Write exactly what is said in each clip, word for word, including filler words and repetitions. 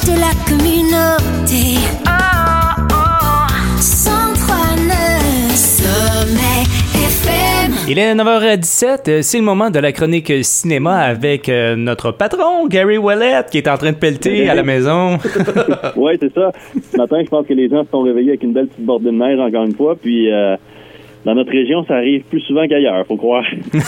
de la communauté. Oh, oh, cent trois neuf Sommet F M. Il est neuf heures dix-sept, c'est le moment de la chronique cinéma avec euh, notre patron, Gary Ouellet, qui est en train de pelleter à la maison. Oui, c'est ça. Ce matin, je pense que les gens se sont réveillés avec une belle petite bordée de neige, encore une fois, puis euh, dans notre région, ça arrive plus souvent qu'ailleurs, faut croire.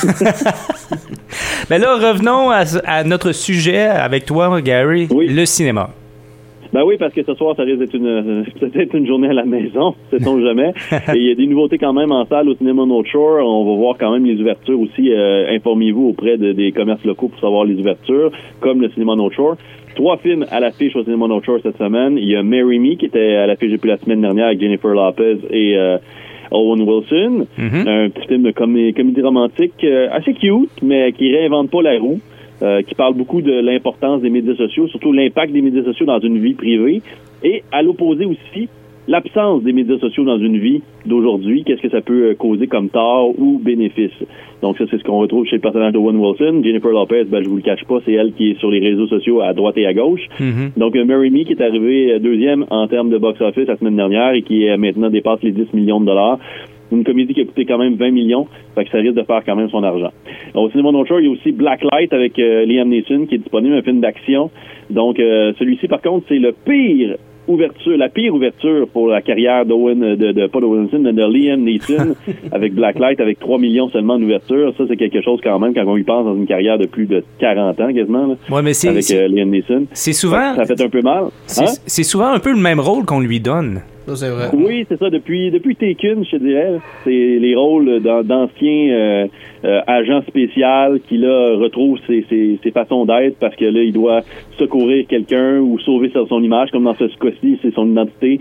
Mais là, revenons à, à notre sujet avec toi, Gary, oui. Le cinéma. Ben oui, parce que ce soir, ça risque d'être une, peut-être une journée à la maison, sait-on jamais. Et il y a des nouveautés quand même en salle au cinéma North Shore. On va voir quand même les ouvertures aussi. Euh, informez-vous auprès de, des commerces locaux pour savoir les ouvertures, comme le cinéma North Shore. Trois films à l'affiche au cinéma North Shore cette semaine. Il y a Marry Me, qui était à l'affiche depuis la semaine dernière avec Jennifer Lopez et euh, Owen Wilson. Mm-hmm. Un petit film de comé- comédie romantique euh, assez cute, mais qui réinvente pas la roue. Euh, qui parle beaucoup de l'importance des médias sociaux, surtout l'impact des médias sociaux dans une vie privée, et à l'opposé aussi, l'absence des médias sociaux dans une vie d'aujourd'hui, qu'est-ce que ça peut causer comme tort ou bénéfice. Donc ça, c'est ce qu'on retrouve chez le personnage de Owen Wilson. Jennifer Lopez, ben, je vous le cache pas, c'est elle qui est sur les réseaux sociaux à droite et à gauche. Mm-hmm. Donc Marry Me, qui est arrivé deuxième en termes de box-office la semaine dernière et qui est maintenant dépasse les dix millions de dollars. Une comédie qui a coûté quand même vingt millions, fait que ça risque de faire quand même son argent. Au cinéma North Shore, il y a aussi Blacklight avec euh, Liam Neeson qui est disponible, un film d'action. Donc euh, celui-ci, par contre, c'est le pire ouverture, la pire ouverture pour la carrière d'Owen, de, de pas d'Owen Wilson, mais de Liam Neeson avec Blacklight, avec trois millions seulement d'ouverture. Ça, c'est quelque chose quand même quand on y pense dans une carrière de plus de quarante ans quasiment. Là, ouais, mais c'est, avec c'est, euh, Liam Neeson. C'est souvent... Ça, ça fait un peu mal. C'est, hein? c'est souvent un peu le même rôle qu'on lui donne. Ça, c'est vrai. Oui, c'est ça. Depuis depuis Taken, je te dirais, c'est les rôles d'anciens euh, euh, agents spéciaux qui, là, retrouvent ses, ses, ses façons d'être parce que là, il doit secourir quelqu'un ou sauver son image, comme dans ce cas-ci, c'est son identité,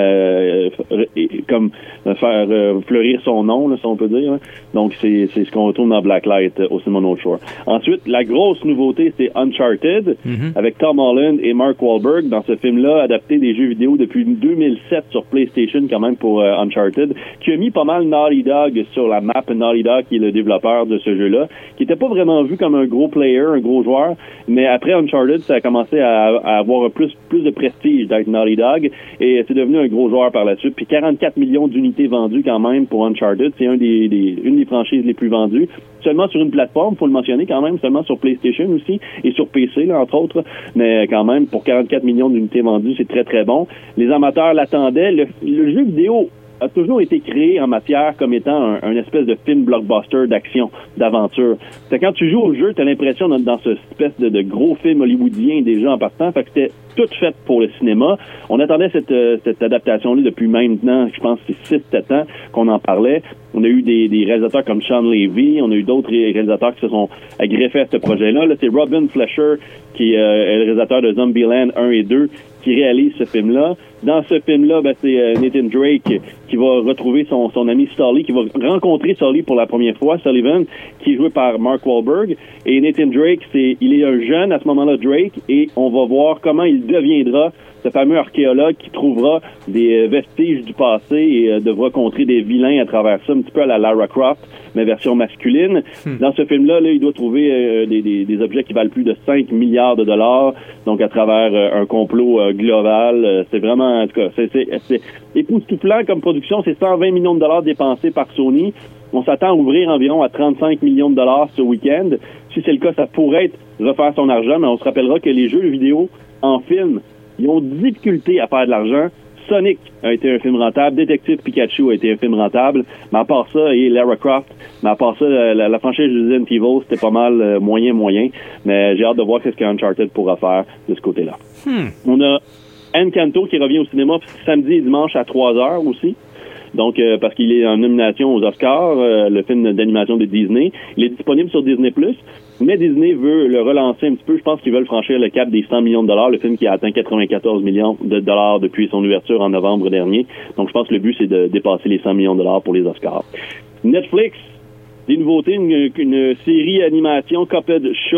euh, comme faire euh, fleurir son nom, là, si on peut dire. Hein. Donc, c'est, c'est ce qu'on retrouve dans Blacklight euh, au cinéma North Shore. Ensuite, la grosse nouveauté, c'est Uncharted, mm-hmm. avec Tom Holland et Mark Wahlberg dans ce film-là, adapté des jeux vidéo depuis deux mille sept sur PlayStation quand même pour euh, Uncharted, qui a mis pas mal Naughty Dog sur la map. Naughty Dog, qui est le développeur de ce jeu-là, qui était pas vraiment vu comme un gros player, un gros joueur, mais après Uncharted, ça a commencé à, à avoir plus, plus de prestige d'être Naughty Dog, et c'est devenu un gros joueur par la suite. Puis quarante-quatre millions d'unités vendues quand même pour Uncharted, c'est un des, des, une des franchises les plus vendues. Seulement sur une plateforme, faut le mentionner quand même, seulement sur PlayStation aussi, et sur P C, là, entre autres, mais quand même, pour quarante-quatre millions d'unités vendues, c'est très très bon. Les amateurs l'attendaient. Le, le jeu vidéo a toujours été créé en matière comme étant un, un espèce de film blockbuster d'action, d'aventure. C'est quand tu joues au jeu, tu as l'impression d'être dans cette espèce de, de gros film hollywoodien déjà en partant, fait que c'était tout fait pour le cinéma. On attendait cette, euh, cette adaptation-là depuis maintenant, je pense, c'est six sept ans qu'on en parlait. On a eu des, des réalisateurs comme Sean Levy, on a eu d'autres réalisateurs qui se sont greffés à ce projet-là. Là, c'est Robin Fleischer, qui euh, est le réalisateur de Zombieland un et deux, qui réalise ce film-là. Dans ce film-là, ben, c'est euh, Nathan Drake qui va retrouver son, son ami Sully, qui va rencontrer Sully pour la première fois, Sullivan, qui est joué par Mark Wahlberg. Et Nathan Drake, c'est, il est un jeune à ce moment-là, Drake, et on va voir comment il deviendra ce fameux archéologue qui trouvera des vestiges du passé et euh, devra contrer des vilains à travers ça, un petit peu à la Lara Croft, mais version masculine. Hmm. Dans ce film-là, là, il doit trouver euh, des, des, des objets qui valent plus de cinq milliards de dollars, donc à travers euh, un complot euh, global. Euh, c'est vraiment, en tout cas, c'est, c'est, c'est époustouflant comme production. C'est cent vingt millions de dollars dépensés par Sony. On s'attend à ouvrir environ à trente-cinq millions de dollars ce week-end. Si c'est le cas, ça pourrait être refaire son argent, mais on se rappellera que les jeux vidéo en film, ils ont difficulté à faire de l'argent. Sonic a été un film rentable, Détective Pikachu a été un film rentable, mais à part ça, et Lara Croft, mais à part ça, la, la franchise Resident Evil, c'était pas mal euh, moyen, moyen, mais j'ai hâte de voir ce que Uncharted pourra faire de ce côté-là. Hmm. On a Encanto qui revient au cinéma samedi et dimanche à trois heures aussi. Donc, euh, parce qu'il est en nomination aux Oscars, euh, le film d'animation de Disney. Il est disponible sur Disney plus, mais Disney veut le relancer un petit peu. Je pense qu'ils veulent franchir le cap des cent millions de dollars, le film qui a atteint quatre-vingt-quatorze millions de dollars depuis son ouverture en novembre dernier. Donc, je pense que le but, c'est de dépasser les cent millions de dollars pour les Oscars. Netflix, des nouveautés, une, une série animation Cuphead Show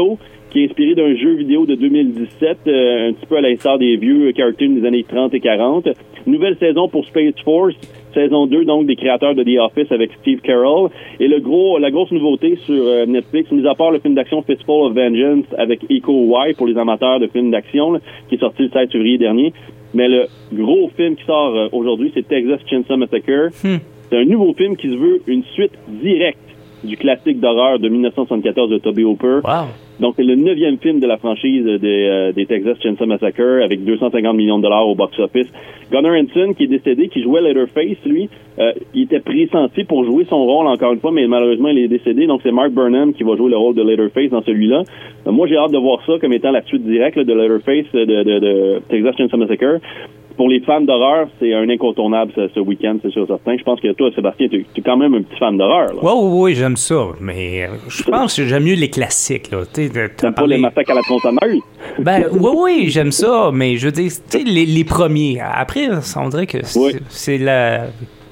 qui est inspiré d'un jeu vidéo de deux mille dix-sept, euh, un petit peu à l'instar des vieux cartoons des années trente et quarante. Nouvelle saison pour Space Force, saison deux, donc, des créateurs de The Office avec Steve Carell. Et le gros, la grosse nouveauté sur euh, Netflix, mis à part le film d'action Fistful of Vengeance avec Iko Uwais pour les amateurs de films d'action, là, qui est sorti le seize février dernier. Mais le gros film qui sort euh, aujourd'hui, c'est Texas Chainsaw Massacre. Hmm. C'est un nouveau film qui se veut une suite directe du classique d'horreur de dix-neuf cent soixante-quatorze de Tobe Hooper. Wow. Donc, c'est le neuvième film de la franchise des, euh, des Texas Chainsaw Massacre avec deux cent cinquante millions de dollars au box-office. Gunnar Hansen, qui est décédé, qui jouait Leatherface, lui, euh, il était pressenti pour jouer son rôle encore une fois, mais malheureusement, il est décédé. Donc, c'est Mark Burnham qui va jouer le rôle de Leatherface dans celui-là. Euh, moi, j'ai hâte de voir ça comme étant la suite directe là, de Leatherface de, de, de Texas Chainsaw Massacre. Pour les fans d'horreur, c'est un incontournable ce, ce week-end, c'est sûr certain. Je pense que toi, Sébastien, tu es quand même un petit fan d'horreur. Oui, oui, oui, j'aime ça. Mais je pense que j'aime mieux les classiques. Là. T'sais, t'aimes pas les massacres à la tronçonneuse? Ben oui, oui, j'aime ça. Mais je veux dire, les, les premiers. Après, on dirait que c'est, oui. c'est la...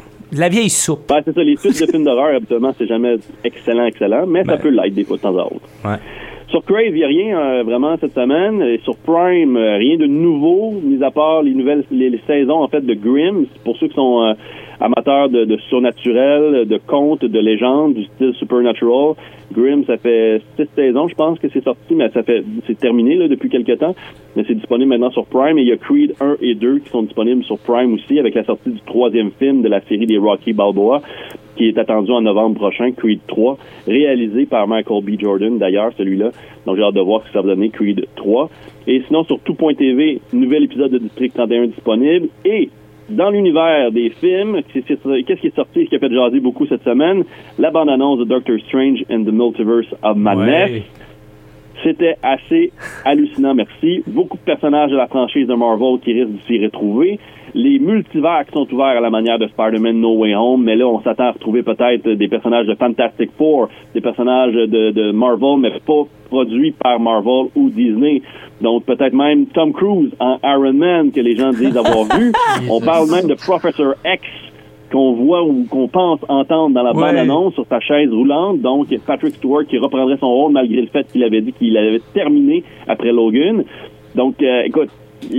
La vieille soupe. Ben, c'est ça, les suites de films d'horreur, habituellement, c'est jamais excellent, excellent, mais ben, ça peut l'être des fois de temps à autre. Ouais. Sur Crave, il n'y a rien euh, vraiment cette semaine. Et sur Prime, euh, rien de nouveau, mis à part les nouvelles les, les saisons en fait de Grimm. Pour ceux qui sont euh, amateurs de, de surnaturel, de contes, de légendes, du style Supernatural. Grimm, ça fait six saisons, je pense que c'est sorti, mais ça fait c'est terminé là, depuis quelques temps. Mais c'est disponible maintenant sur Prime. Et il y a Creed un et deux qui sont disponibles sur Prime aussi, avec la sortie du troisième film de la série des Rocky Balboa, qui est attendu en novembre prochain, Creed trois, réalisé par Michael B. Jordan, d'ailleurs, celui-là. Donc, j'ai hâte de voir ce que ça va donner, Creed trois. Et sinon, sur tout point T V, nouvel épisode de District trente et un disponible. Et dans l'univers des films, qu'est-ce qui est sorti et qui a fait jaser beaucoup cette semaine? La bande-annonce de Doctor Strange and the Multiverse of Madness. Ouais. C'était assez hallucinant, merci. Beaucoup de personnages de la franchise de Marvel qui risquent de s'y retrouver. Les multivers qui sont ouverts à la manière de Spider-Man No Way Home, mais là, on s'attend à retrouver peut-être des personnages de Fantastic Four, des personnages de, de Marvel, mais pas produits par Marvel ou Disney. Donc, peut-être même Tom Cruise en Iron Man, que les gens disent avoir vu. On parle même de Professor X, qu'on voit ou qu'on pense entendre dans la ouais. bande-annonce sur sa chaise roulante. Donc, Patrick Stewart qui reprendrait son rôle malgré le fait qu'il avait dit qu'il avait terminé après Logan. Donc, euh, écoute,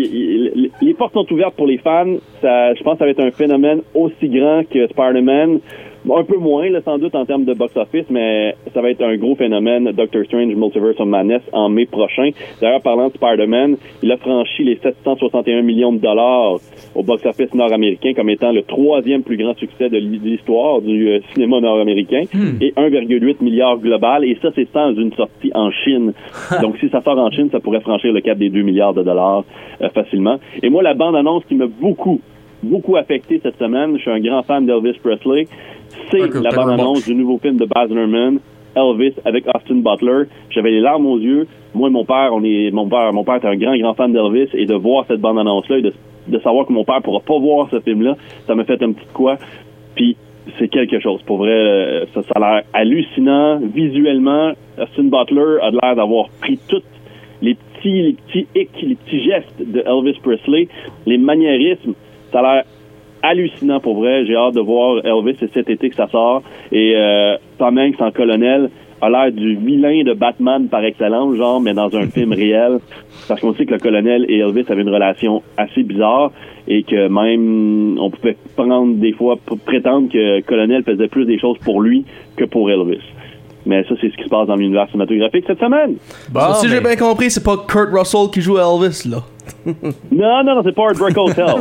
les portes sont ouvertes pour les fans. Ça, je pense que ça va être un phénomène aussi grand que Spider-Man. Un peu moins, là, sans doute, en termes de box-office, mais ça va être un gros phénomène, Doctor Strange Multiverse of Madness, en mai prochain. D'ailleurs, parlant de Spider-Man, il a franchi les sept cent soixante et un millions de dollars au box-office nord-américain comme étant le troisième plus grand succès de l'histoire du euh, cinéma nord-américain hmm. et un virgule huit milliard global. Et ça, c'est sans une sortie en Chine. Donc, si ça sort en Chine, ça pourrait franchir le cap des deux milliards de dollars euh, facilement. Et moi, la bande-annonce qui m'a beaucoup, beaucoup affecté cette semaine, je suis un grand fan d'Elvis Presley, c'est okay, la bande-annonce du nouveau film de Baz Luhrmann, Elvis, avec Austin Butler. J'avais les larmes aux yeux. Moi et mon père, on est, mon père, mon père est un grand, grand fan d'Elvis, et de voir cette bande-annonce-là et de, de savoir que mon père pourra pas voir ce film-là, ça m'a fait un petit quoi. Puis, c'est quelque chose. Pour vrai, ça, ça a l'air hallucinant. Visuellement, Austin Butler a l'air d'avoir pris toutes les petits, les petits hicks, les petits gestes de Elvis Presley, les maniérismes. Ça a l'air hallucinant pour vrai. J'ai hâte de voir Elvis, c'est cet été que ça sort. Et euh, Tom Hanks en colonel a l'air du vilain de Batman par excellence, genre, mais dans un film réel. Parce qu'on sait que le colonel et Elvis avaient une relation assez bizarre et que même on pouvait prendre des fois p- prétendre que le colonel faisait plus des choses pour lui que pour Elvis. Mais ça, c'est ce qui se passe dans l'univers cinématographique cette semaine. Bon, ça, si mais... j'ai bien compris, c'est pas Kurt Russell qui joue Elvis, là. non, non, non, c'est pas Heartbreak Hotel.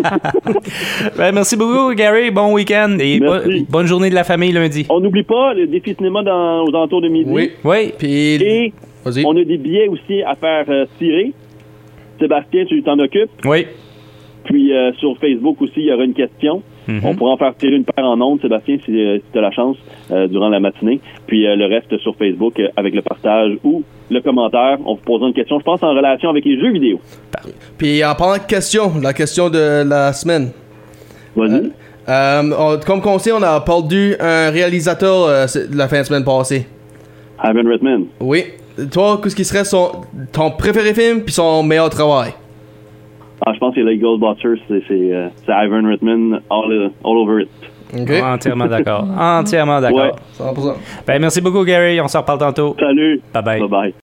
ben, merci beaucoup, Gary. Bon week-end et bo- bonne journée de la famille lundi. On n'oublie pas le défi cinéma dans, aux alentours de midi. Oui, oui. Puis... Et Vas-y. On a des billets aussi à faire euh, tirer. Sébastien, tu t'en occupes? Oui. Puis euh, sur Facebook aussi, il y aura une question. Mm-hmm. On pourra en faire tirer une paire en ondes, Sébastien, si, si tu as la chance, euh, durant la matinée. Puis euh, le reste sur Facebook euh, avec le partage ou le commentaire. On vous posera une question, je pense, en relation avec les jeux vidéo. Puis en parlant de questions, la question de la semaine. Vas-y. Euh, euh, on, comme on sait, on a perdu un réalisateur euh, la fin de semaine passée. Ivan Reitman. Oui. Toi, qu'est-ce qui serait son, ton préféré film puis son meilleur travail? Ah, je pense que les Ghostbusters, c'est, c'est, euh, c'est Ivan Reitman all, all over it. Okay. Entièrement d'accord. Entièrement d'accord. Ouais. cent pour cent. Ben, merci beaucoup, Gary. On se reparle tantôt. Salut. Bye bye. Bye bye.